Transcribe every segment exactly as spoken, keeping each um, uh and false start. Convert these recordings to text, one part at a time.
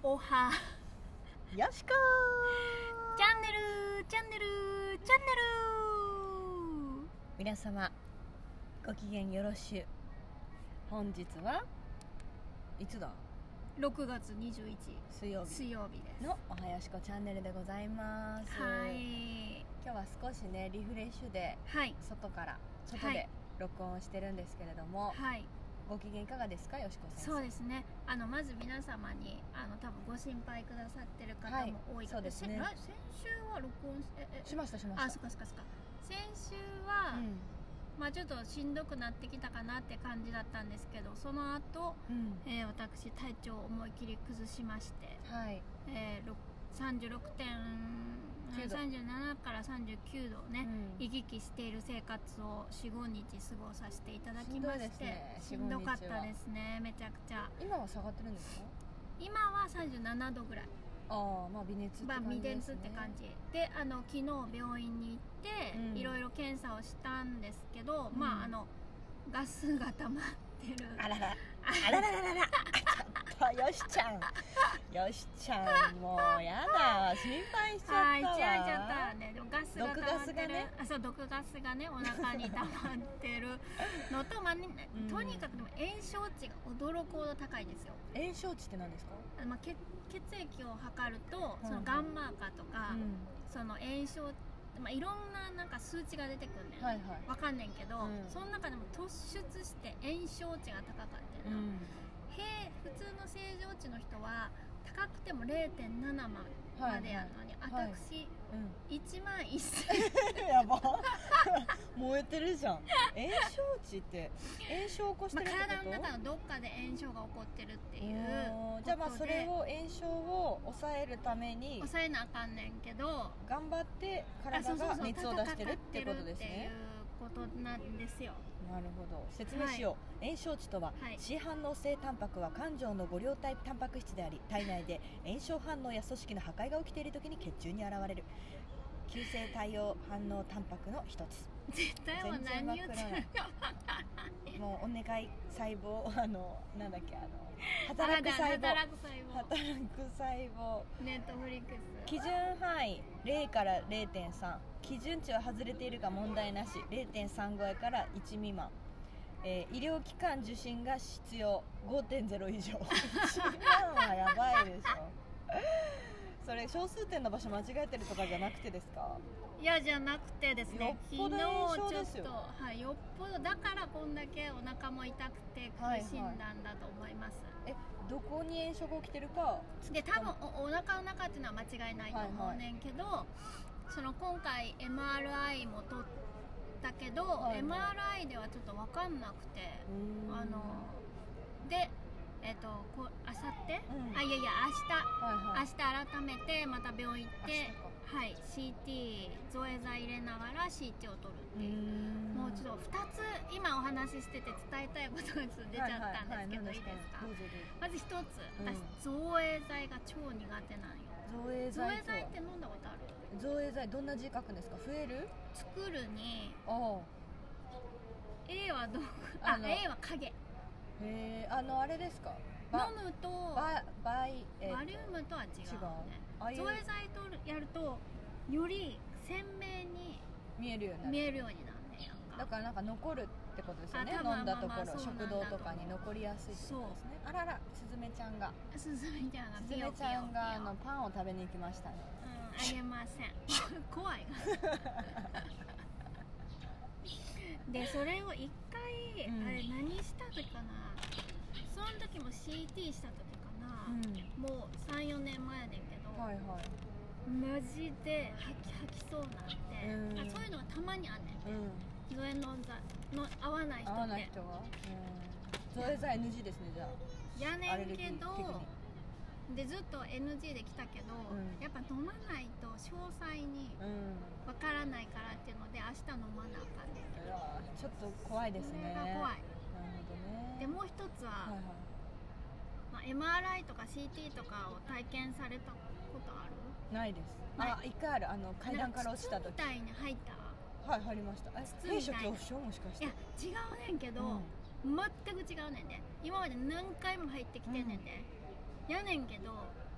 おはよしこーチャンネルチャンネルチャンネル皆様ご機嫌よろしゅう。本日はいつだろくがつにじゅういちにち水曜日水曜日ですのおはよしこチャンネルでございます。 はい今日は少しねリフレッシュではい外から外ではい録音してるんですけれども、 はいご機嫌いかがですか、よしこ先生。 そうですね。あのまず皆様にあの多分ご心配くださってる方も多いかはいそうですねせ来先週は録音しええしましたしました。 あ、そっかそっかそっか。先週は、 うんまあちょっとしんどくなってきたかなって感じだったんですけど、その後、 うんえー私体調を思い切り崩しまして、 はいえー、さんじゅうろくてんきゅうどさんじゅうななからさんじゅうきゅうどをね、 うん行き来している生活を よん、ごにち過ごさせていただきまして、 しんどいですねしんどかったですね。めちゃくちゃ今は下がってるんですか。 今はさんじゅうななどぐらい、 ああ、まあ微熱ってまあ、 感じ微ですね。 熱って感じで、あの昨日病院に行って、 うんいろいろ検査をしたんですけど、 うんまああのガスが溜まってるあららあらららららちょっとよしちゃんよしちゃんもうやだ心配しちゃったわ。 はい、違うちゃったね。でもガスが溜まってる、 毒ガスがねあ、そう、毒ガスがねお腹に溜まってるのと、まあねうんとにかくでも炎症値が驚くほど高いですよ。 炎症値って何ですか。 あのまあ、血血液を測ると、 うんそのガンマーカーとか、 うんその炎症、まあ、いろんななんか数値が出てくるねん、 はいはいわかんねんけど、 うんその中でも突出して炎症値が高かったよな、 うんへ普通の正常値の人は高くても れいてんなな ままでやるのに、 はいはい私、 うんいちまんせんやば燃えてるじゃん。炎症値って炎症を起こしてまあるってこと。 体の中のどっかで炎症が起こってるっていうおーことで、 じゃあまあそれを炎症を抑えるために抑えなあかんねんけど、 頑張ってあ体そうそうそうが熱を出してるってことです戦ってるっていね。 うことなんですよ。 なるほど、説明しよう、炎症値とは、 はい C 反応性タンパクは肝臓の五両体タンパク質であり、体内で炎症反応や組織の破壊が起きている時に血中に現れる急性対応反応タンパクの一つ。 絶対もう何言ってるもうお願い細胞あのなんだっけあの働く細胞働く細胞働く細胞ネットフリックス基準範囲ゼロから れいてんさん、 基準値は外れているが問題なし れいてんさんご やからいち未満、えー医療機関受診が必要 ごてんゼロ 以上いちまんはやばいでしょそれ小数点の場所間違えてるとかじゃなくてですか。 いやじゃなくてですね、 よっ昨ぽど炎症日ですよちょっと、はい、よっぽどだからこんだけお腹も痛くて苦しんだんだと思います、 えどこに炎症が起きてるか。 で多分おお腹の中っていうのは間違いないと思うねんけど、その今回 エムアールアイ も取ったけど、 はいはいエムアールアイ ではちょっと分かんなくて、 うーんあのでえっ、とこあさって、 うんあいやいやはいはい明日明日改めてまた病院行って明日かはい シーティー 造影剤入れながら シーティー を取るってうーいう、 んもうちょっとふたつ今お話ししてて伝えたいことがちょっと出ちゃったんですけど、いいですか。 どうぞどうぞ。 まず一つ、 うん私造影剤が超苦手なんよ。 造影造影剤とは剤って飲んだことある？ 造影剤どんな字書くんですか。増える。 作るにあ A はどうああの A は影、 あへえ、あのあれですか。 飲むとババイえバリウムとは違うね。 違うああいう造影剤とやるとより鮮明に見えるようになる。 見えるようになんねやんか。 だからなんか残るってことですよね。 あ多分飲んだところ、 まあまあそうなんだ食道とかに残りやすいってことですね。あらら、すずめちゃんがすずめちゃんがすずめちゃんがあのパンを食べに行きましたね。 うん、あげません怖いでそれを一回、 うんあれ何した時かな、その時も シーティー した時かな、 うんもうさん、よねんまえやねんけど、 はいはいマジで吐き吐きそうになって、 うんあそういうのがたまにあんねんて、 うん造影のの合わない人合ってわない人がうん造影剤 エヌジー ですね。じゃあやアレルギねんけどー的にでずっと エヌジー で来たけど、 うんやっぱ飲まないと詳細にうんわからないからっていうので明日飲まなあかんねんけうわちょっと怖いですね。 それが怖い。 なるほどね。 ど、でもう一つは、 はいはいまあ、エムアールアイ とか シーティー とかを体験されたことある？ ないです。 ないあ、一回ある。あの階段から落ちた時。 なんか筒みたいに入ったはい、入りました。え、 筒みたい閉所恐怖症もしかして。 いや違うねんけど、全く違うねんで、今まで何回も入ってきてんねんで、やねんけど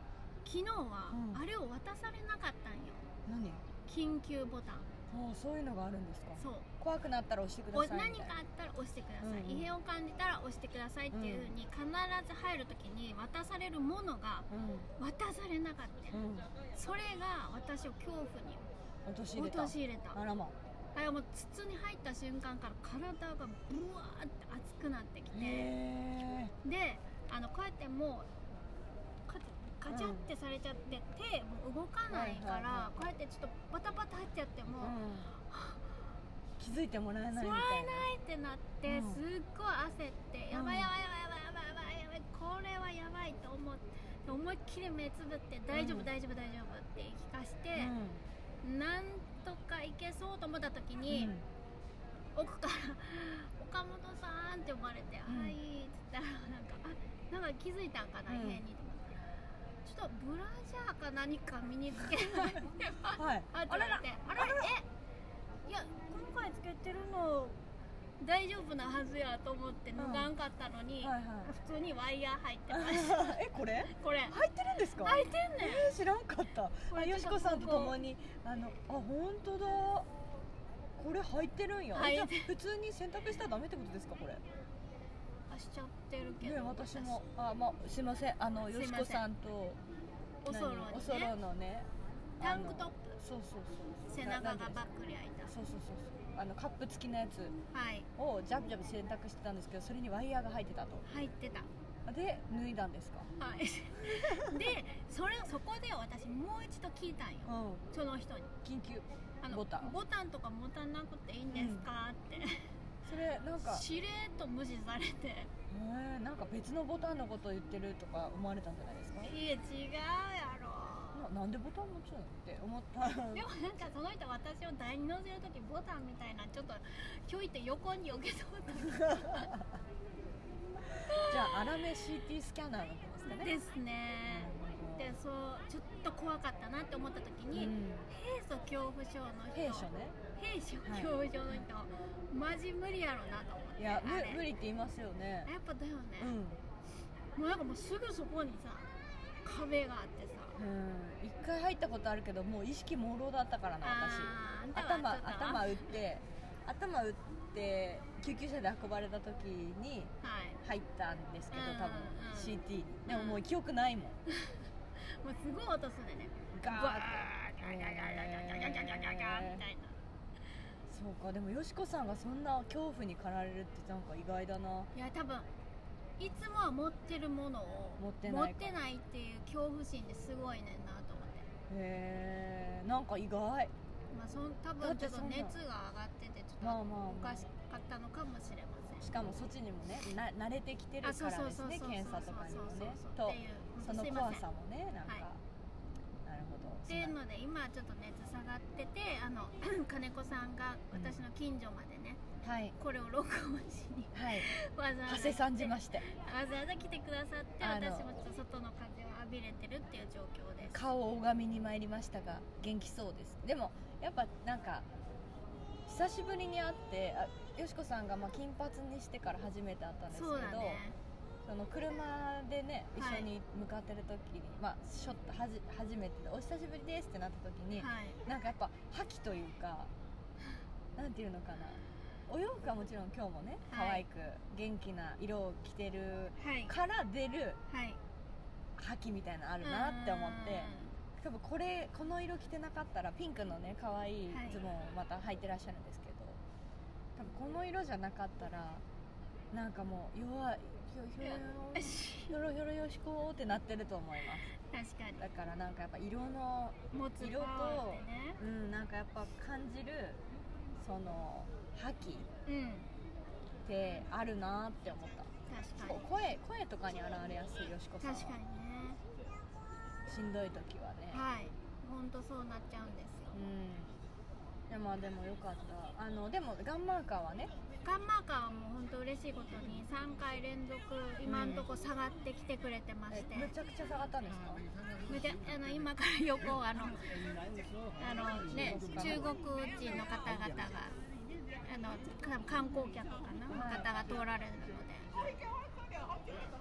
昨日はうんあれを渡されなかったんよ、 何？ 緊急ボタン。 ああ、そういうのがあるんですか。 そう、 怖くなったら押してくだおさいみたいな。 何かあったら押してください、 うんうん異変を感じたら押してくださいっていう風に必ず入るときに渡されるものがう渡されなかった、 んうん。 それが私を恐怖に陥れた。 陥れた。 あらま。 あれはもう筒に入った瞬間から体がブワーって熱くなってきて、 へであのこうやってもうカチャカチャってされちゃって手もう動かないかはいはいはら、こうやってちょっとバタバタ入っちゃってえ。 も、 うん。気づいてもらえないみたいな。 もらえないってなって、 うんすっごい焦ってやばいやばいやばいやばいやばいやばいやばいこれはやばいと思って思いっきり目つぶって大丈夫うん大丈夫大丈夫って言い聞かして、 うん。 なんとかいけそうと思った時に、奥から「岡本さん」って呼ばれて「 んはい」っつったらなんかあなんか気づいたんかな、 うん異変にと思ってちょっとブラジャーか何か身につけないはい。 あって言われてあらえいや今回つけてるの大丈夫なはずやと思って脱がんかったのに、 はいはい。 普通にワイヤー入ってましたえ、これこれ入ってるんですか？ 入ってんねんえー知らんかった。あ、 これよしこさんと共にあのあ本当だ。これ入ってるんや。 入ってえじゃあ普通に洗濯したらダメってことですかこれ？ あしちゃってるけど、 ね私もあまあすいませんあのすいませんよしこさんとおそろにね何おそろのねタンクトップそうそうそう背中がなバックリ開いたそうそうそうそうあのカップ付きのやつはいをジャブジャブ洗濯してたんですけどそれにワイヤーが入ってたと入ってたで脱いだんですか？ はいでそれそこで私もう一度聞いたんようんその人に緊急あのボタンボタンとか持たなくていいんですか、ってそれなんかしれーっと無視されてへえなんか別のボタンのことを言ってるとか思われたんじゃないですか？ いや違うやろななんでボタン持つのって思ったでもなんかその人私を台に乗せるときボタンみたいなちょっとひょいって横に避けそうだじゃあアラメ シーティー スキャナーのことですかね。 ですねでそうちょっと怖かったなって思ったときに、 うん平素恐怖症の人兵所ね。 平素恐怖症の人、マジ無理やろなと思っていやあれ無無理って言いますよね。 やっぱだよね、 うん。 もうなんかもうすぐそこにさ壁があってさうん。一回入ったことあるけどもう意識朦朧だったからなあーあんた私。頭はちょっと頭打って頭打って救急車で運ばれた時にはい入ったんですけどうん多分うんシーティー に。でももう記憶ないもん。 もうすごい音するねガーッバーッガガガガガガガガガガガみたいなそうかでもよしこさんがそんな恐怖に駆られるってなんか意外だな。 いや多分いつもは持ってるものを持ってないから持ってないっていう恐怖心ですごいねんなと思ってへえなんか意外。 まあそん多だってそんな分ちょっと熱が上がっててちょっとまあまあまあおかしかったのかもしれませんしかもそっちにもねな慣れてきてるからですね検査とかにもねとっていうそのすいません怖さもねなんか、 はいなるほどっていうので今ちょっと熱下がっててあの金子さんが私の近所までね、 はいこれを録音しにはいわざわざ長谷さんじましてわざわざ来てくださってあの私もちょっと外の風を浴びれてるっていう状況です顔を拝みに参りましたが元気そうです。でもやっぱなんか久しぶりに会ってあよしこさんがまあ金髪にしてから初めて会ったんですけどそうだねその車でね一はい緒に向かってる時に、まあしょっとはじ初めてでお久しぶりですってなった時に、 はいなんかやっぱ覇気というかなんていうのかなお洋服はもちろん今日もね可はい愛く元気な色を着てるはいから出るはい覇気みたいなのあるなって思って多分これこの色着てなかったらピンクのね可愛いはいズボンをまた履いてらっしゃるんですけど多分この色じゃなかったらなんかもう弱いひょひょひょろひょろよしこってなってると思います確かにだからなんかやっぱ色の持つ色とパワーってねうんなんかやっぱ感じるその覇気うんってあるなって思った確かに声声とかに現れやすいよしこさんは確かにねしんどい時はねはい本当そうなっちゃうんですようんでもでもよかったあのでもガンマーカーはねガンマーカーはもう本当嬉しいことにさんかい連続今んとこ下がってきてくれてましえて、 むちゃくちゃ下がったんですかむちゃあの今から横あのあのね中国人の方々があのか観光客かな、 はい方が通られるのでそ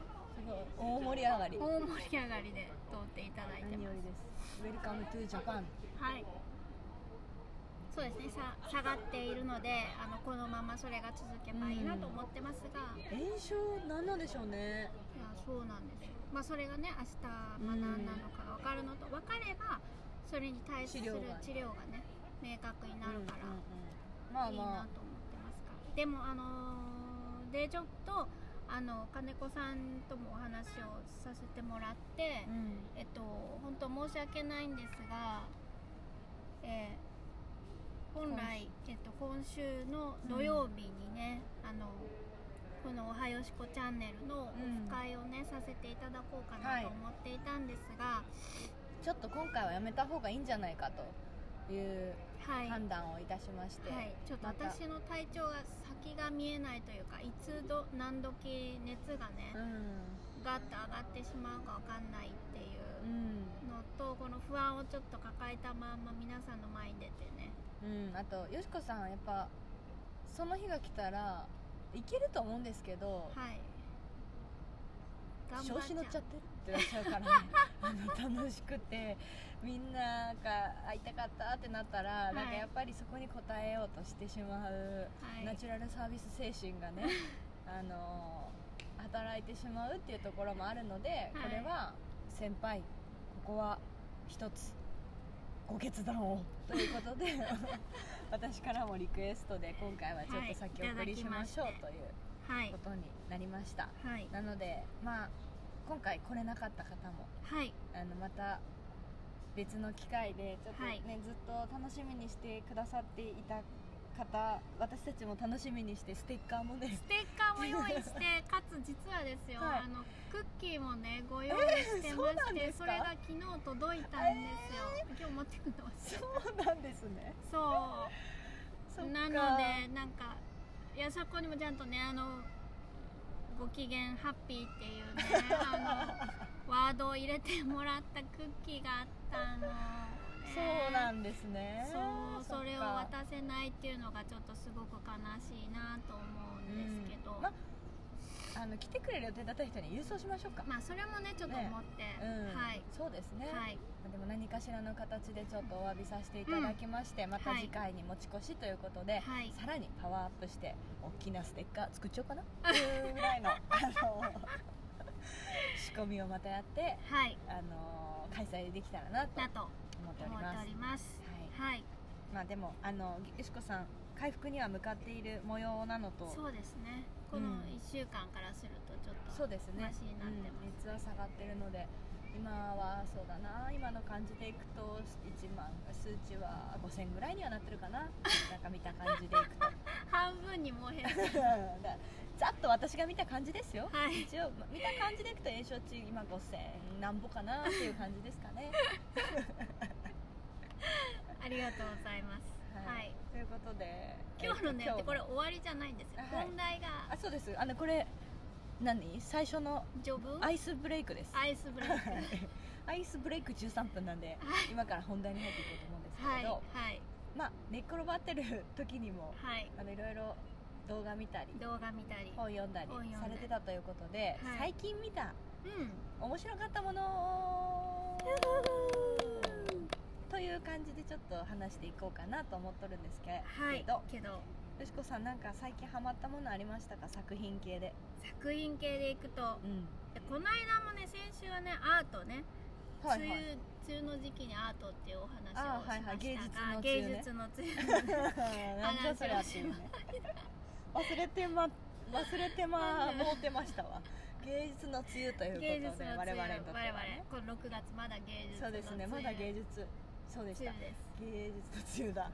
ごい大盛り上がり、 大盛り上がりで通っていただいてます。 何よりです。ウェルカムトゥジャパン。 はい、そうですね、さ下がっているので、あのこのままそれが続けばいいなと思ってますが、 炎症何なんでしょうね。 いやそうなんですよ。まあそれがね明日まあ何なのかが分かるのと、分かればそれに対する治療がね明確になるからいいなと思ってますから。でもあのー、でちょっとあの金子さんともお話をさせてもらって、うん、えっと本当申し訳ないんですが、えー、本来、えっと、今週の土曜日にね、うん、あのこのおはよしこチャンネルのオフ会をね、うん、させていただこうかなと思っていたんですが、はい、 ちょっと今回はやめた方がいいんじゃないかという判断をいたしまして、 はいはい、ちょっと私の体調が先が見えないというか、いつど何時熱がね、うん、ガッと上がってしまうか分かんないっていうのと、この不安をちょっと抱えたまんま皆さんの前に出てね、 うん、あとよしこさんやっぱその日が来たらいけると思うんですけど、はい、調子乗っちゃってるってなっちゃうからねあの楽しくてみんなが会いたかったってなったら、はい、なんかやっぱりそこに応えようとしてしまう、はい、ナチュラルサービス精神がねあの働いてしまうっていうところもあるので、はい、これは先輩ここは一つご決断をということで私からもリクエストで今回はちょっと先送りしましょうということになりました、はい、なのでまあ今回来れなかった方も、はい、あのまた別の機会でちょっとね、はい、ずっと楽しみにしてくださっていた方、私たちも楽しみにしてステッカーもねステッカーも用意してかつ実はですよ、はい、あのクッキーもねご用意してまして、えー、そ, それが昨日届いたんですよ、えー、今日持ってくるの忘れそうなんですね。 そうなのでなんかいやそこにもちゃんとねあのご機嫌ハッピーっていうねあのワードを入れてもらったクッキーがあったの、ね、 そうなんですね。 そうそれを渡せないっていうのがちょっとすごく悲しいなと思うんですけど、うんま、 あの来てくれる予定だった人に郵送しましょうか。 まあそれもねちょっと思って、ねうん、はいそうですね、はい、でも何かしらの形でちょっとお詫びさせていただきまして、うん、また次回に持ち越しということで、はい、さらにパワーアップして大きなステッカー作っちゃおうかなっていうぐらいのあの仕込みをまたやって、はい、あの開催できたらなと思っております。思っております。はい。はい、まあでもあのよしこさん回復には向かっている模様なのと、 そうですね。このいっしゅうかんからするとちょっとそうですね。 マシになってます、 うん、熱は下がってるので、今はそうだな今の感じでいくといちまん数値はごせんぐらいにはなってるかな。なんか見た感じでいくと半分にもう減ってざっと私が見た感じですよ、 はい、 一応見た感じでいくと炎症値今ごせんなんぼかなっていう感じですかねありがとうございます、 はいはい、ということで今日のねってこれ終わりじゃないんですよ、はい、本題があそうですあのこれ何最初のジョブアイスブレイクです。 アイスブレイクアイスブレイクじゅうさんぷんなんで、はい、今から本題に入っていこうと思うんですけど、はいはい、まあ寝っ転がってる時にも、はい、あのいろいろ動画見たり動画見たり本読んだりされてたということで、はい、最近見た、うん、面白かったものという感じでちょっと話していこうかなと思っとるんですけど、はい、けどよしこさんなんか最近ハマったものありましたか？作品系で。 作品系でいくと、うん、この間もね先週はねアートね、はいはい、梅雨梅雨の時期にアートっていうお話をしましたが、はいはい、芸術の梅雨の梅雨の話をしました忘れてま忘れてまもうてましたわ芸術の梅雨ということで我々にとっては、ね、 我々このろくがつまだ芸術のそうですねまだ芸術そうでした芸術の梅雨だ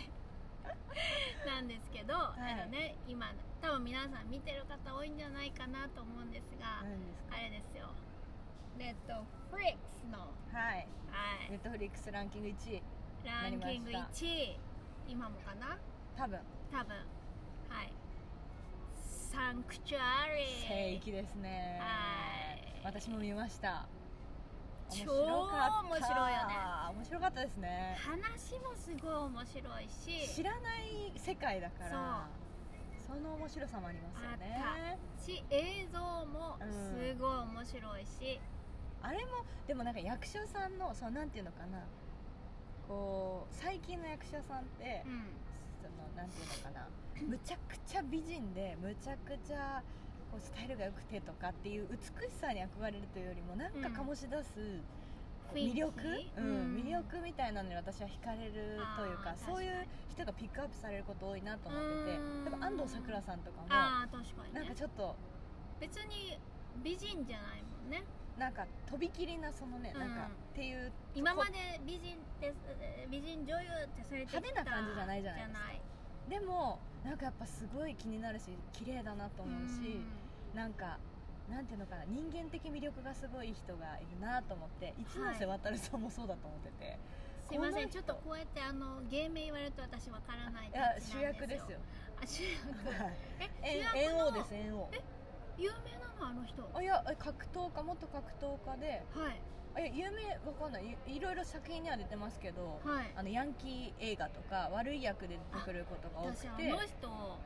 なんですけど、はい、あのね今多分皆さん見てる方多いんじゃないかなと思うんですが、あれですよネットフリックスのはい、はい、ネットフリックスランキングいちいランキングいちい今もかな多分多分はいサンクチュアリー聖域ですね。はい私も見ました。 超面白いよね。 面白かったですね。 話もすごい面白いし知らない世界だからその面白さもありますよね。 あったし、映像もすごい面白いし、 うん、あれもでもなんか役者さんのそのなんていうのかな、こう最近の役者さんって、うん、そのなんていうのかな、むちゃくちゃ美人でむちゃくちゃこうスタイルが良くてとかっていう美しさに憧れるというよりも、なんか醸し出す、うん魅力、うん、魅力みたいなのに私は惹かれるというか、そういう人がピックアップされること多いなと思ってて、例えば安藤サクラさんとかもあ確かに、ね、 なんかちょっと別に美人じゃないもんね、 なんかとびきりなそのね、うん、なんかっていう今まで美人です美人女優ってされてきた派手な感じじゃないじゃないですか。でもなんかやっぱすごい気になるし綺麗だなと思うし、うん、なんかなんていうのかな、人間的魅力がすごい人がいるなと思って、一ノ瀬渡さんもそうだと思ってて、はい、 すいません、ちょっとこうやってあの芸名言われると私わからないいや主役ですよ。 あ主役え主役の猿翁です。猿翁え有名なのあの人。 あいや格闘家、元格闘家で、 はいあいや有名わかんない、 い, いろいろ作品には出てますけど、はい、あのヤンキー映画とか悪い役で出てくることが多くて、 私あの人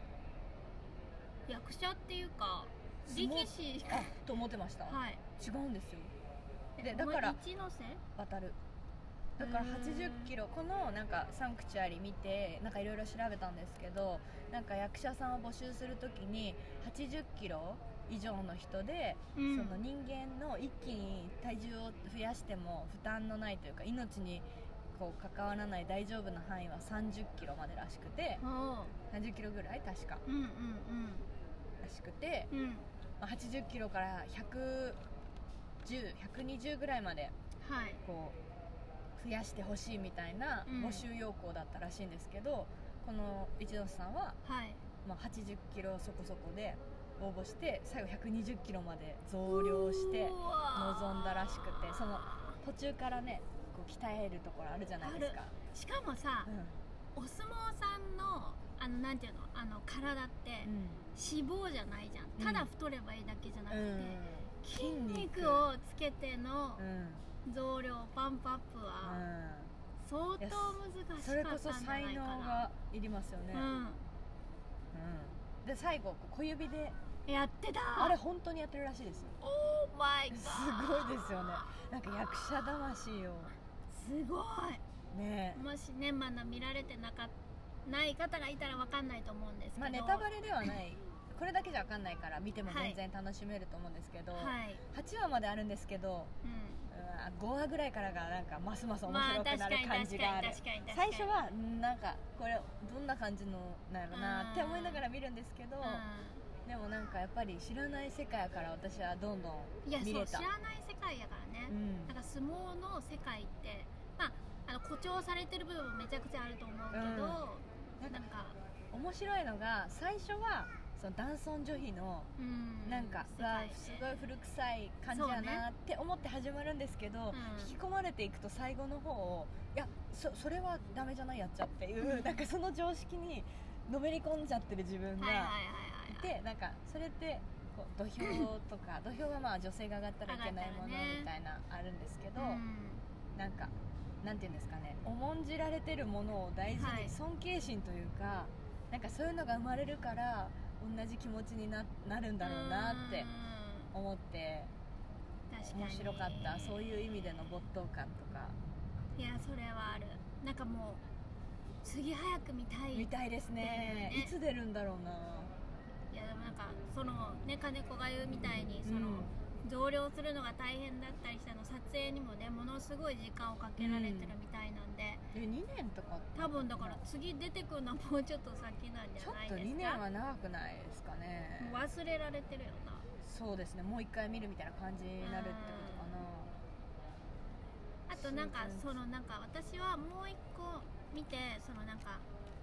役者っていうか力士あと思ってました、はい、違うんですよ。でだから一ノ瀬渡るだからはちじゅっキロ、このなんかサンクチュアリ見てなんかいろいろ調べたんですけど、なんか役者さんを募集するときにはちじゅっキロ以上の人で、うん、その人間の一気に体重を増やしても負担のないというか命にこう関わらない大丈夫な範囲はさんじゅっキロまでらしくて、さんじゅっキロぐらい確か、うんうんうん、らしくて、うんはちじゅっキロからひゃくじゅう、ひゃくにじゅうぐらいまでこう増やしてほしいみたいな募集要項だったらしいんですけど、この一ノ瀬さんは、はいまあ、はちじゅっキロそこそこで応募して最後ひゃくにじゅっキロまで増量して臨んだらしくて、その途中からねこう鍛えるところあるじゃないですか。 しかもさ、うん、お相撲さんのあのなんていうのあの体って、うん脂肪じゃないじゃん、ただ太ればいいだけじゃなくて、うん、筋肉をつけての増量パンプアップは相当難しかったんじゃないかな。 それこそ才能がいりますよね、うんうん、で最後小指でやってた。 あれ本当にやってるらしいですよ。 オーマイガー、 すごいですよね。なんか役者魂よ。 すごいね。もしねまだ見られてなかない方がいたら分かんないと思うんですけど、 まあネタバレではないこれだけじゃ分かんないから見ても全然楽しめると思うんですけど、はい、はちわまであるんですけど、うん、ごわぐらいからがなんかますます面白くなる感じがある、まあ、最初はなんかこれどんな感じのなんやろなって思いながら見るんですけど、でもなんかやっぱり知らない世界から私はどんどん見れた。いやそう知らない世界やからね、うん、なんか相撲の世界ってまああの誇張されてる部分もめちゃくちゃあると思うけど、うん、なんか面白いのが最初はその男尊女卑のなんか、うん、わすごい古臭い感じやなって思って始まるんですけど、ねうん、引き込まれていくと最後の方をいや そ, それはダメじゃないやっちゃっていう、うん、なんかその常識にのめり込んじゃってる自分がいて、なんかそれってこう土俵とか土俵はまあ女性が上がったらいけないものみたいなあるんですけど、ね、なんかなんていうんですかね、重んじられてるものを大事に、はい、尊敬心というかなんかそういうのが生まれるから同じ気持ちに な, なるんだろうなって思って面白かった。そういう意味での没頭感とか。 いやそれはある。なんかもう次早く見たい見たいです ね, ねいつ出るんだろうな。 いやでもなんかそのね金子が言うみたいにその、うん増量するのが大変だったりしたの撮影にもねものすごい時間をかけられてるみたいなんで、 うん、えにねんとか多分だから次出てくるのはもうちょっと先なんじゃないですか。ちょっとにねんは長くないですかね。 もう忘れられてるよな。 そうですね、もう一回見るみたいな感じになるってことかな。あとなんかそのなんか私はもう一個見てそのなんか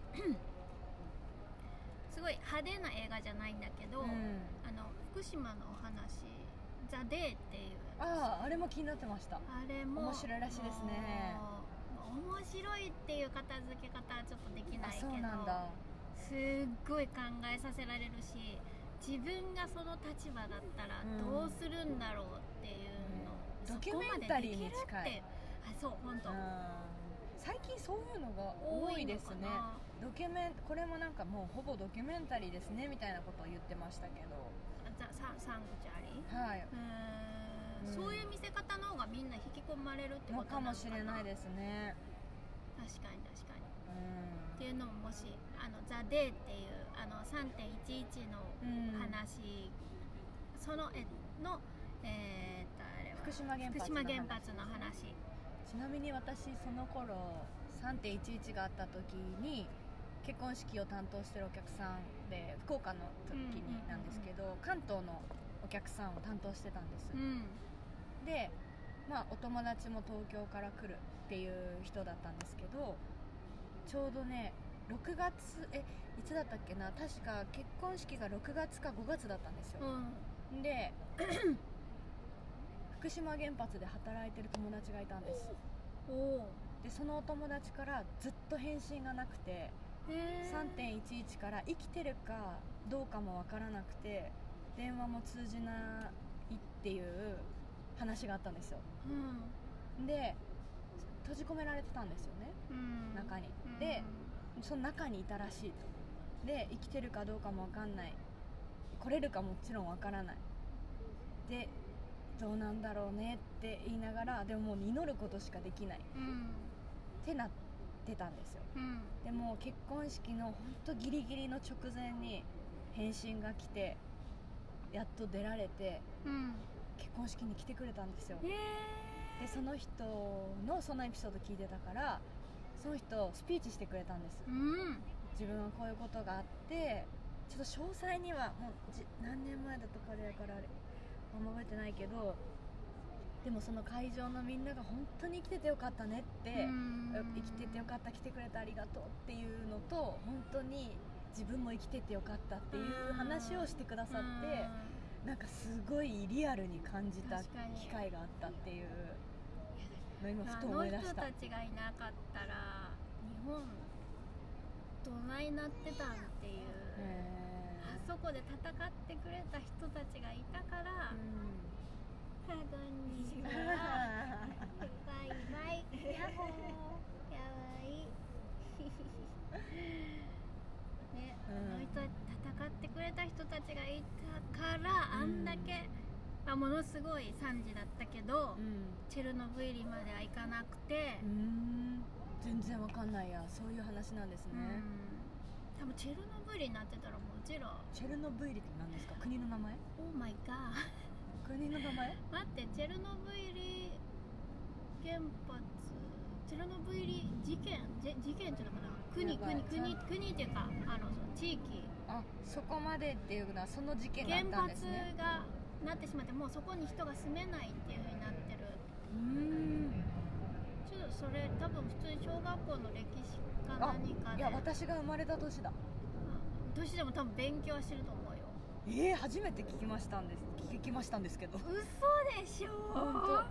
すごい派手な映画じゃないんだけど、うん、あの福島のお話ザ・デーっていうあああれも気になってました。 あれも面白いらしいですね。 面白いっていう片付け方はちょっとできないけど、 そうなんだ。 すっごい考えさせられるし自分がその立場だったらどうするんだろうっていうの、 うん、ドキュメンタリーに近い。 あそう本当最近そういうのが多いですね。ドキュメンこれもなんかもうほぼドキュメンタリーですねみたいなことを言ってましたけど、 ザ・サンゴチャリ、 はい、 うん、そういう見せ方の方がみんな引き込まれるってことなのかな。 かもしれないですね。 確かに確かに、 うん、 っていうのももしあのザ・デーっていうあの さんてんいちいち の話、うん、そのえの、えー、っとあれは福島原発の話。 福島原発の話。 ちなみに私その頃 さんてんいちいち があった時に結婚式を担当してるお客さんで福岡の時になんですけど、うんうんうんうん、関東のお客さんを担当してたんです、うん、で、まあ、お友達も東京から来るっていう人だったんですけど、ちょうどねろくがつえいつだったっけな、確か結婚式がろくがつかごがつだったんですよ、うん、で福島原発で働いてる友達がいたんです。おでそのお友達からずっと返信がなくて、さんてんいちいち から生きてるかどうかもわからなくて電話も通じないっていう話があったんですよ、うん、で閉じ込められてたんですよね、うん、中に、うん、でその中にいたらしいと。で生きてるかどうかもわかんない、来れるかもちろんわからないでどうなんだろうねって言いながら、でももう祈ることしかできない、うん、ってなってたんですよ、うん、でも結婚式のほんとギリギリの直前に返信が来てやっと出られて、うん、結婚式に来てくれたんですよ、でその人のそのエピソード聞いてたからその人スピーチしてくれたんです、うん、自分はこういうことがあってちょっと詳細にはもうじ何年前だとかでやからあれあんま覚えてないけど、でもその会場のみんなが本当に生きててよかったねって、生きててよかった、来てくれてありがとうっていうのと、本当に自分も生きててよかったっていう話をしてくださって、なんかすごいリアルに感じた機会があったっていうの今ふと思い出した。 あの人たちがいなかったら日本どないなってたんっていう、あそこで戦ってくれた人たちがいたから、うん、こんにちはバイバイヤッホーかわいいね、うん、あの人戦ってくれた人たちがいたからあんだけ、うん、あものすごい惨事だったけど、うん、チェルノブイリまでは行かなくて、 うん、全然わかんないや、そういう話なんですね、 うん、多分チェルノブイリになってたらもううちらチェルノブイリって何ですか？国の名前？ オーマイガー国の名前？ 待って、チェルノブイリ原発、チェルノブイリ事件事件っていうのかな、国国国国っていうかあのその地域、 あそこまでっていうのはその事件があったんですね。 原発がなってしまってもうそこに人が住めないっていう風になってる。うーん、ちょっとそれ多分普通に小学校の歴史か何かで、 いや私が生まれた年だ。 年でも多分勉強はしてると思うよ。 えー、初めて聞きましたんです聞きましたんですけど。 嘘でしょ。 本当。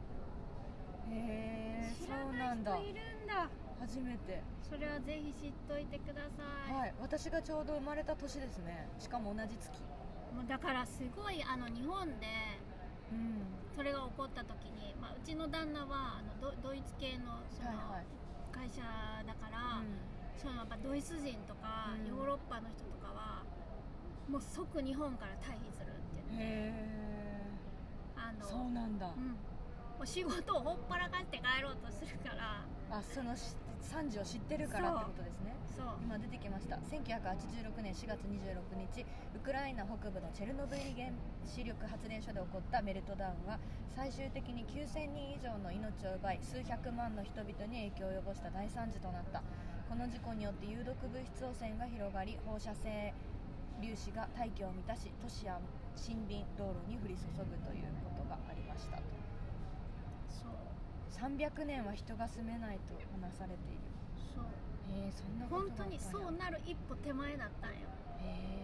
へえー、そうなんだ。 知らない人いるんだ。 初めて。 それはぜひ知っといてください。 はい、私がちょうど生まれた年ですね。しかも同じ月。 もうだからすごいあの日本で、うん、それが起こった時に、まあ、うちの旦那はあの ド, ドイツ系のその会社だから、はいはい、うんそのやっぱドイツ人とか、うん、ヨーロッパの人とかはもう即日本から退避するって言って、へー、あのそうなんだ、うん、 もう仕事をほっぱらかして帰ろうとするから、 あその惨事を知ってるからってことですね。 そう今出てきました。せんきゅうひゃくはちじゅうろくねんしがつにじゅうろくにちウクライナ北部のチェルノブイリ原子力発電所で起こったメルトダウンは最終的にきゅうせんにん以上の命を奪い数百万の人々に影響を及ぼした大惨事となった。この事故によって有毒物質汚染が広がり放射性粒子が大気を満たし都市や森林道路に降り注ぐということがありましたと。 そうさんびゃくねんは人が住めないと話されている。 そう、 えー、そんなこと本当にそうなる一歩手前だったんよ。 へ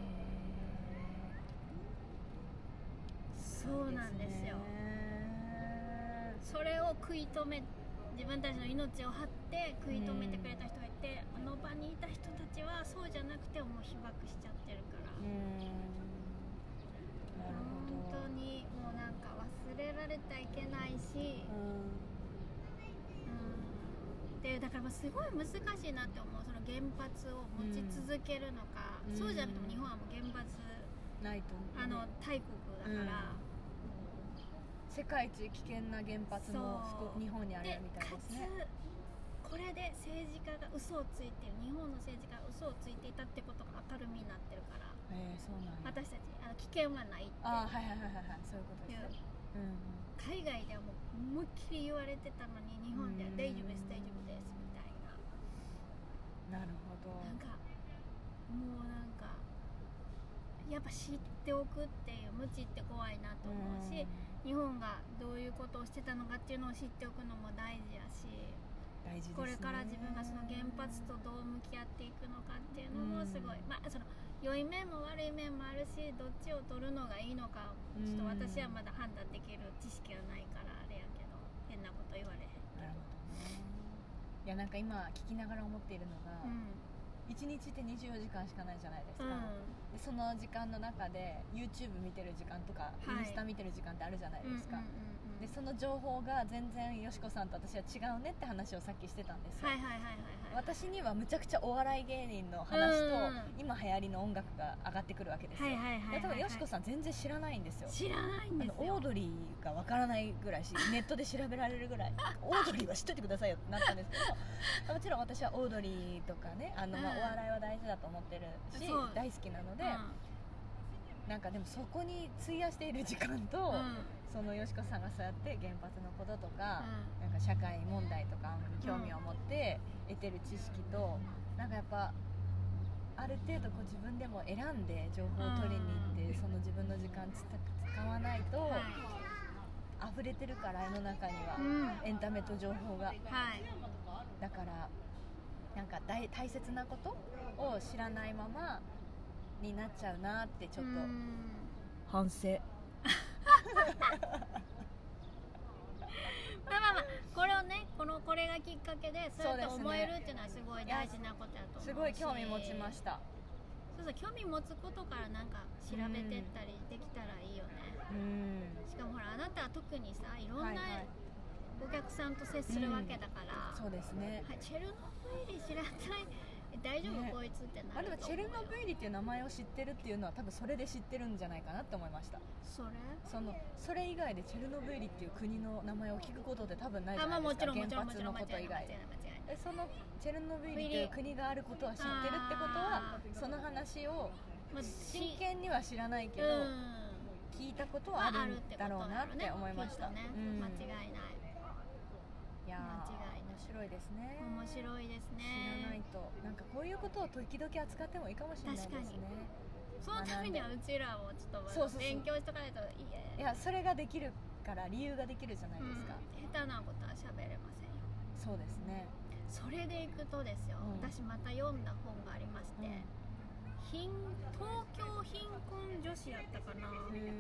ー、そうなんですよ。それを食い止め自分たちの命を張って食い止めてくれた人がいて、あの場にいた人たちはそうじゃなくてもう被爆しちゃってるから、うーん、なるほど。本当にもうなんか忘れられてはいけないし、うん、うんっていでだからまあすごい難しいなって思う。その原発を持ち続けるのか、うん、そうじゃなくても日本はもう原発ないと、ね、 あの大国だから、うん、 世界一危険な原発も日本にあるみたいですね。 でかつこれで政治家が嘘をついてる、日本の政治家が嘘をついていたってことが明るみになってるから、 えー、そうなんや。 私たちあの危険はないってあ、はいはいはいはい、そういうことですね、うん、 海外ではもう思いっきり言われてたのに日本では大丈夫です大丈夫ですみたいな。 なるほど。 なんかもうなんかやっぱ知っておくっていう、無知って怖いなと思うし、日本がどういうことをしてたのかっていうのを知っておくのも大事やし、 大事ですね、 これから自分がその原発とどう向き合っていくのかっていうのもすごい、まあその良い面も悪い面もあるし、どっちを取るのがいいのかちょっと私はまだ判断できる知識がないからあれやけど、変なこと言われへん。 なるほどね。いやなんか今聞きながら思っているのが、うん、いちにちってにじゅうよじかんしかないじゃないですか、うん、でその時間の中で YouTube 見てる時間とか、はい、インスタ見てる時間ってあるじゃないですか、うんうんうんうん、でその情報が全然よしこさんと私は違うねって話をさっきしてたんですよ、 はいはいはいはいはい、 私にはむちゃくちゃお笑い芸人の話と、うん、今流行りの音楽が上がってくるわけですよ、はいはいはいはいはい、多分よしこさん全然知らないんですよ。 知らないんですよ。 あのオードリーがわからないぐらいし、ネットで調べられるぐらいオードリーは知っといてくださいよってなったんですけどもちろん私はオードリーとかね、あの、まあ、お笑いは大事だと思ってるし、うん、大好きなので、うん、なんかでもそこに費やしている時間と、うん、そのよしこさんがそうやって原発のこととか、うん、なんか社会問題とか興味を持って得てる知識と、なんかやっぱある程度こう自分でも選んで情報を取りに行って、その自分の時間使わないと、はい、溢れてるから世の中には、うん、エンタメと情報が、はい、だからなんか 大, 大切なことを知らないままになっちゃうなってちょっと反省まあまあまあこれをね、このこれがきっかけでそうやって思えるっていうのはすごい大事なことやと思うし、 すごい興味持ちました。 そうそう、興味持つことからなんか調べてったりできたらいいよね。うん、しかもほらあなたは特にさ、いろんな、はいはい、お客さんと接するわけだから、 うん、そうですね、 はい、チェルノブイリ知らない大丈夫、ね、こいつってなると思うよ。あ、でもチェルノブイリっていう名前を知ってるっていうのは多分それで知ってるんじゃないかなって思いました。 それそのそれ以外でチェルノブイリっていう国の名前を聞くことって多分ないじゃないですか、原発のこと以外で。でそのチェルノブイリっていう国があることは知ってるってことは、その話を真剣には知らないけど、うん、聞いたことはあるんだろうなって思いました、 ね、うん、間違いない。 いや面白いですね。 面白いですね。 知らないとなんかこういうことを時々扱ってもいいかもしれないですね。 そのためにはうちらもちょっとそうそうそう勉強しとかないといやいや、それができるから理由ができるじゃないですか、 うん、下手なことは喋れませんよ。 そうですね。 それでいくとですよ、うん、私また読んだ本がありまして、うん、貧東京貧困女子やったかな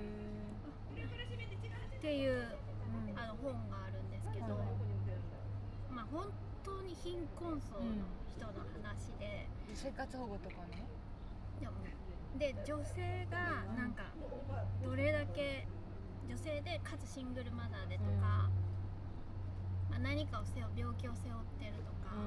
っていう、うん、あの本があるんですけど、まあ本当に貧困層の人の話で、 うん、生活保護とかね。 でもで女性がなんかどれだけ女性でかつシングルマザーでとか、うん、まあ、何かを背負病気を背負ってるとか、うん、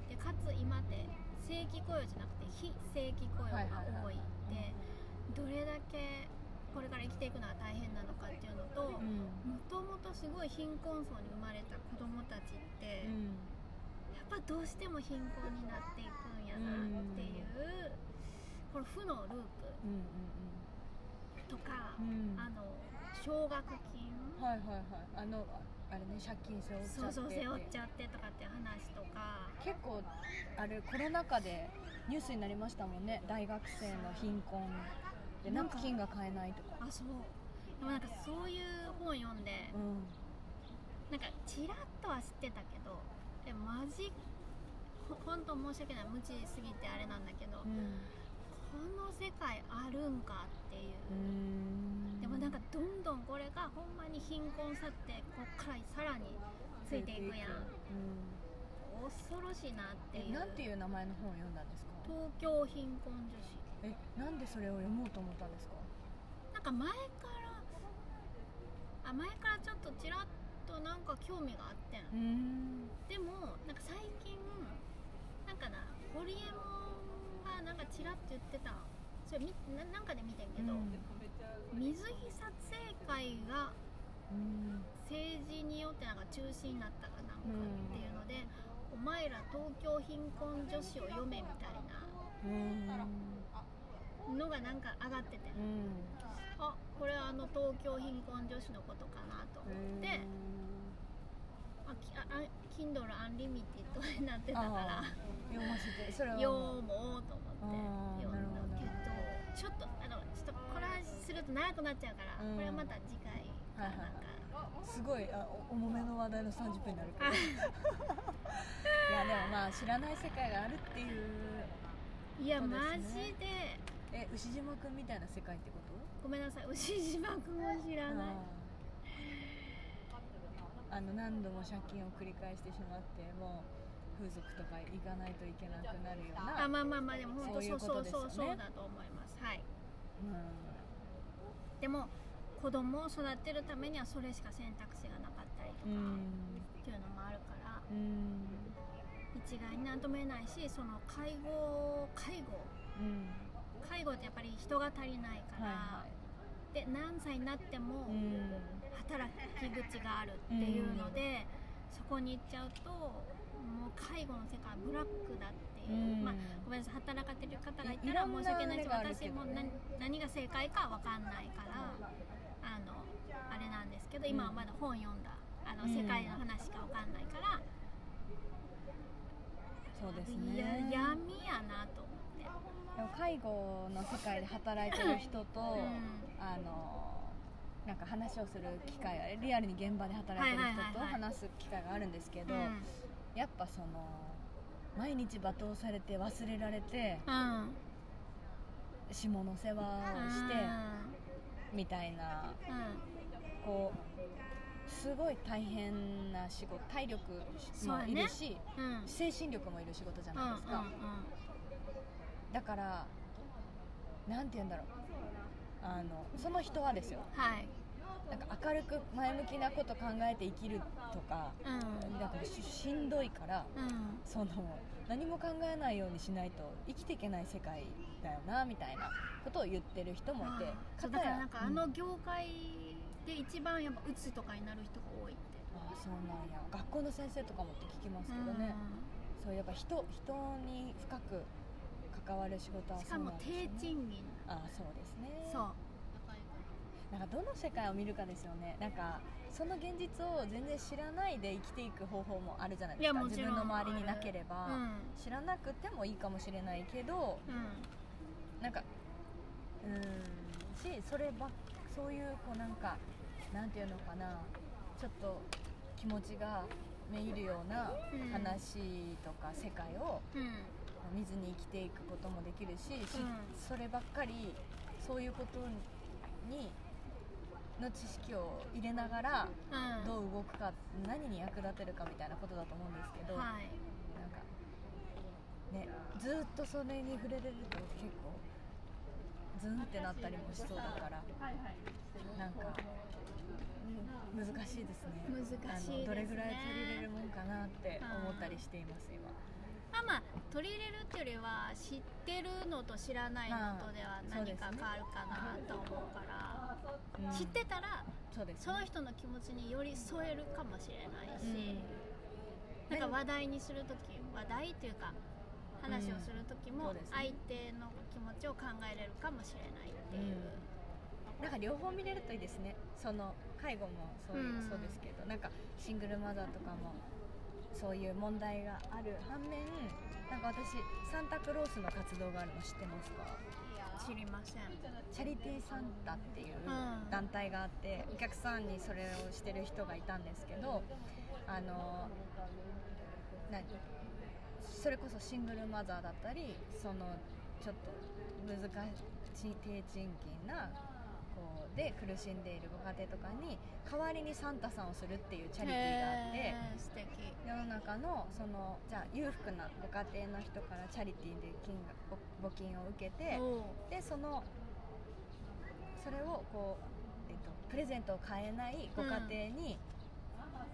でかつ今って正規雇用じゃなくて非正規雇用が多いって、どれだけこれから生きていくのは大変なのかっていうのと、もともとすごい貧困層に生まれた子供たちって、うん、やっぱどうしても貧困になっていくんやなっていう、この負のループとか、うん、あの奨学金、 はいはいはい、あのあれね、借金背負っちゃって、 そうそう背負っちゃってとかって話とか、 結構あれコロナ禍でニュースになりましたもんね。大学生の貧困でナプキンが買えないとか。 あ、そう。でもなんかそういう本読んで、うん、なんかちらっとは知ってたけど、でもマジ本当申し訳ない、無知すぎてあれなんだけど、うん、この世界あるんかっていう。うーん、でもなんかどんどんこれがほんまに貧困さってこっからさらについていくやん、うん、恐ろしいなっていう。 なんていう名前の本を読んだんですか？ 東京貧困女子。 え、なんでそれを読もうと思ったんですか？ なんか前からあ前からちょっとちらっととなんか興味があってん、 うん、 でもなんか最近なんかなホリエモンがなんかチラッと言ってたそれみ な, なんかで見てんけど、うん、水着撮影会が政治によってなんか中止になったかなんかっていうので、うん、お前ら東京貧困女子を読めみたいなのがなんか上がってて、うん、あこれはあの東京貧困女子のことかなと思って、ああ Kindle Unlimited になってたから読ませてそれは読もうと思って読んだけど、ちょっとあのちょっとこれすると長くなっちゃうから、うん、これはまた次回かなんか、 はいはい、すごいあ重めの話題のさんじゅっぷんになるからいやでもまあ知らない世界があるっていう、ね、 いやマジでえ牛島くんみたいな世界ってこと？ ごめんなさい牛島くんは知らない。 あの何度も借金を繰り返してしまってもう風俗とか行かないといけなくなるような、 あまあまあまあでも本当そうそうそうそうだと思います。はい、うん、でも子供を育てるためにはそれしか選択肢がなかったりとかっていうのもあるから、うん、一概になんとも言えないし、その介護介護、うん、介護ってやっぱり人が足りないから、はいはい、で何歳になっても、うん働き口があるっていうので、うん、そこに行っちゃうともう介護の世界はブラックだっていう、うんまあ、ごめんなさい働かれてる方がいたら申し訳ないし、私も 何, 何が正解か分かんないからあのあれなんですけど、今はまだ本読んだあの世界の話しか分かんないから、うん、 そうですね、 いや闇やなと思って。 でも介護の世界で働いてる人と、うん、あのなんか話をする機会がリアルに現場で働いてる人と話す機会があるんですけど、やっぱその毎日罵倒されて忘れられて、うん、下の世話をして、うん、みたいな、うん、こうすごい大変な仕事、体力もいるし、ねうん、精神力もいる仕事じゃないですか、うんうんうん、だからなんて言うんだろう、あのその人はですよ、はい、なんか明るく前向きなこと考えて生きるとか、うん、だから し, しんどいから、うん、その何も考えないようにしないと生きていけない世界だよなみたいなことを言ってる人もいて、 そうだからなんかあの業界で一番やっぱうつとかになる人が多いって。 ああそうなんや。学校の先生とかもって聞きますけどね、うん、そうやっぱ 人, 人に深く関わる仕事はそうなんですね。 しかも低賃金。 ああそうですね。 そうなんかどの世界を見るかですよね。なんかその現実を全然知らないで生きていく方法もあるじゃないですか。自分の周りになければ、うん、知らなくてもいいかもしれないけど、うん、なんかうーんしそればそういうこうなんかなんていうのかな、ちょっと気持ちがめいるような話とか世界を見ずに生きていくこともできるし、うん、そればっかりそういうことにの知識を入れながらどう動くか、うん、何に役立てるかみたいなことだと思うんですけど、はい、なんかねずっとそれに触れれると結構ズンってなったりもしそうだから、なんか、うん、難しいですね。 難しいですね。 どれぐらい取り入れるもんかなって思ったりしています今。 まあまあ取り入れるっていうよりは知ってるのと知らないのとでは何か変わるかなと思うから、うん、知ってたら そ,、ね、その人の気持ちに寄り添えるかもしれないし、うん、なんか話題にするとき話題っていうか話をするときも相手の気持ちを考えれるかもしれないっていう、 うん、なんか両方見れるといいですね。その介護もそういう、うん、そうですけど、なんかシングルマザーとかもそういう問題がある反面、なんか私サンタクロースの活動があるの知ってますか？ 知りません。 チャリティーサンタっていう団体があって、お客さんにそれをしてる人がいたんですけど、あの何それこそシングルマザーだったり、そのちょっと難しい低賃金なこうで苦しんでいるご家庭とかに代わりにサンタさんをするっていうチャリティーがあって、 素敵。 世の中のそのじゃあ裕福なご家庭の人からチャリティーで金額募金を受けて、でそのそれをこう、えっと、プレゼントを買えないご家庭に、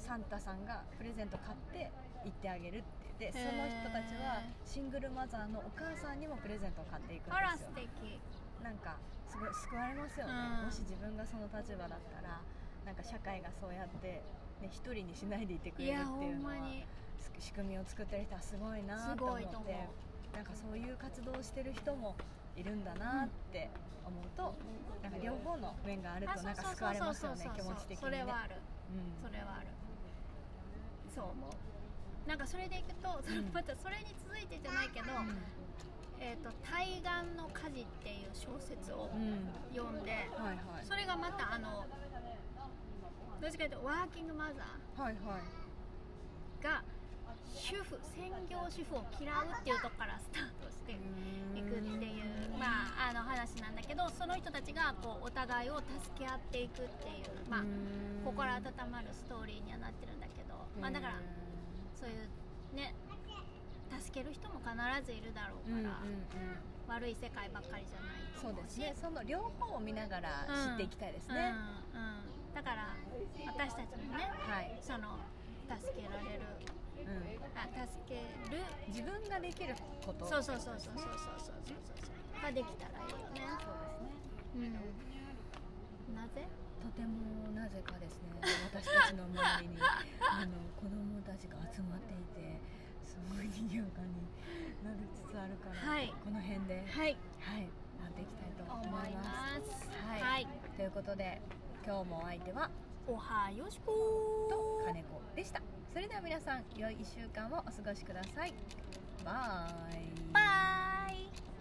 サンタさんがプレゼント買って行ってあげるってでその人たちはシングルマザーのお母さんにもプレゼントを買っていくんですよ。 あら素敵。 なんかすごい救われますよね、 うん、 もし自分がその立場だったらなんか社会がそうやって、ね、一人にしないでいてくれるっていうのは仕組みを作ってる人はすごいなと思ってなんかそういう活動をしてる人もいるんだなって思うと、うん、なんか両方の面があるとなんか救われますよね気持ち的にね。 それはある、うん、それはあるそう思う。なんかそれでいくと、そのまたそれに続いてじゃないけど、うんえー、と対岸の火事っていう小説を読んで、うんはいはい、それがまたあのどっちかというとワーキングマザーが主婦専業主婦を嫌うっていうところからスタートしていくっていうまあ、あの話なんだけどその人たちがこうお互いを助け合っていくっていう、まあ、心温まるストーリーにはなってるんだけど、まあ、だからそういうね助ける人も必ずいるだろうから、うんうんうん、悪い世界ばっかりじゃないと思うし、 そうですね、その両方を見ながら知っていきたいですね、 うんうんうん、だから私たちもね、はい、その助けられる、うん、あ助ける自分ができることそうそうそうそうそうそうそうそうができたらいいよね。 そうですね、 うん、なぜとてもなぜかですね私たちの周りにあの子供たちが集まっていてすごい賑やかになりつつあるから、はい、この辺で、はいはい、なっていきたいと思います。はいはい、ということで今日もお相手はおはよしこと金子でした。それでは皆さん良いいっしゅうかんをお過ごしください。バイバイ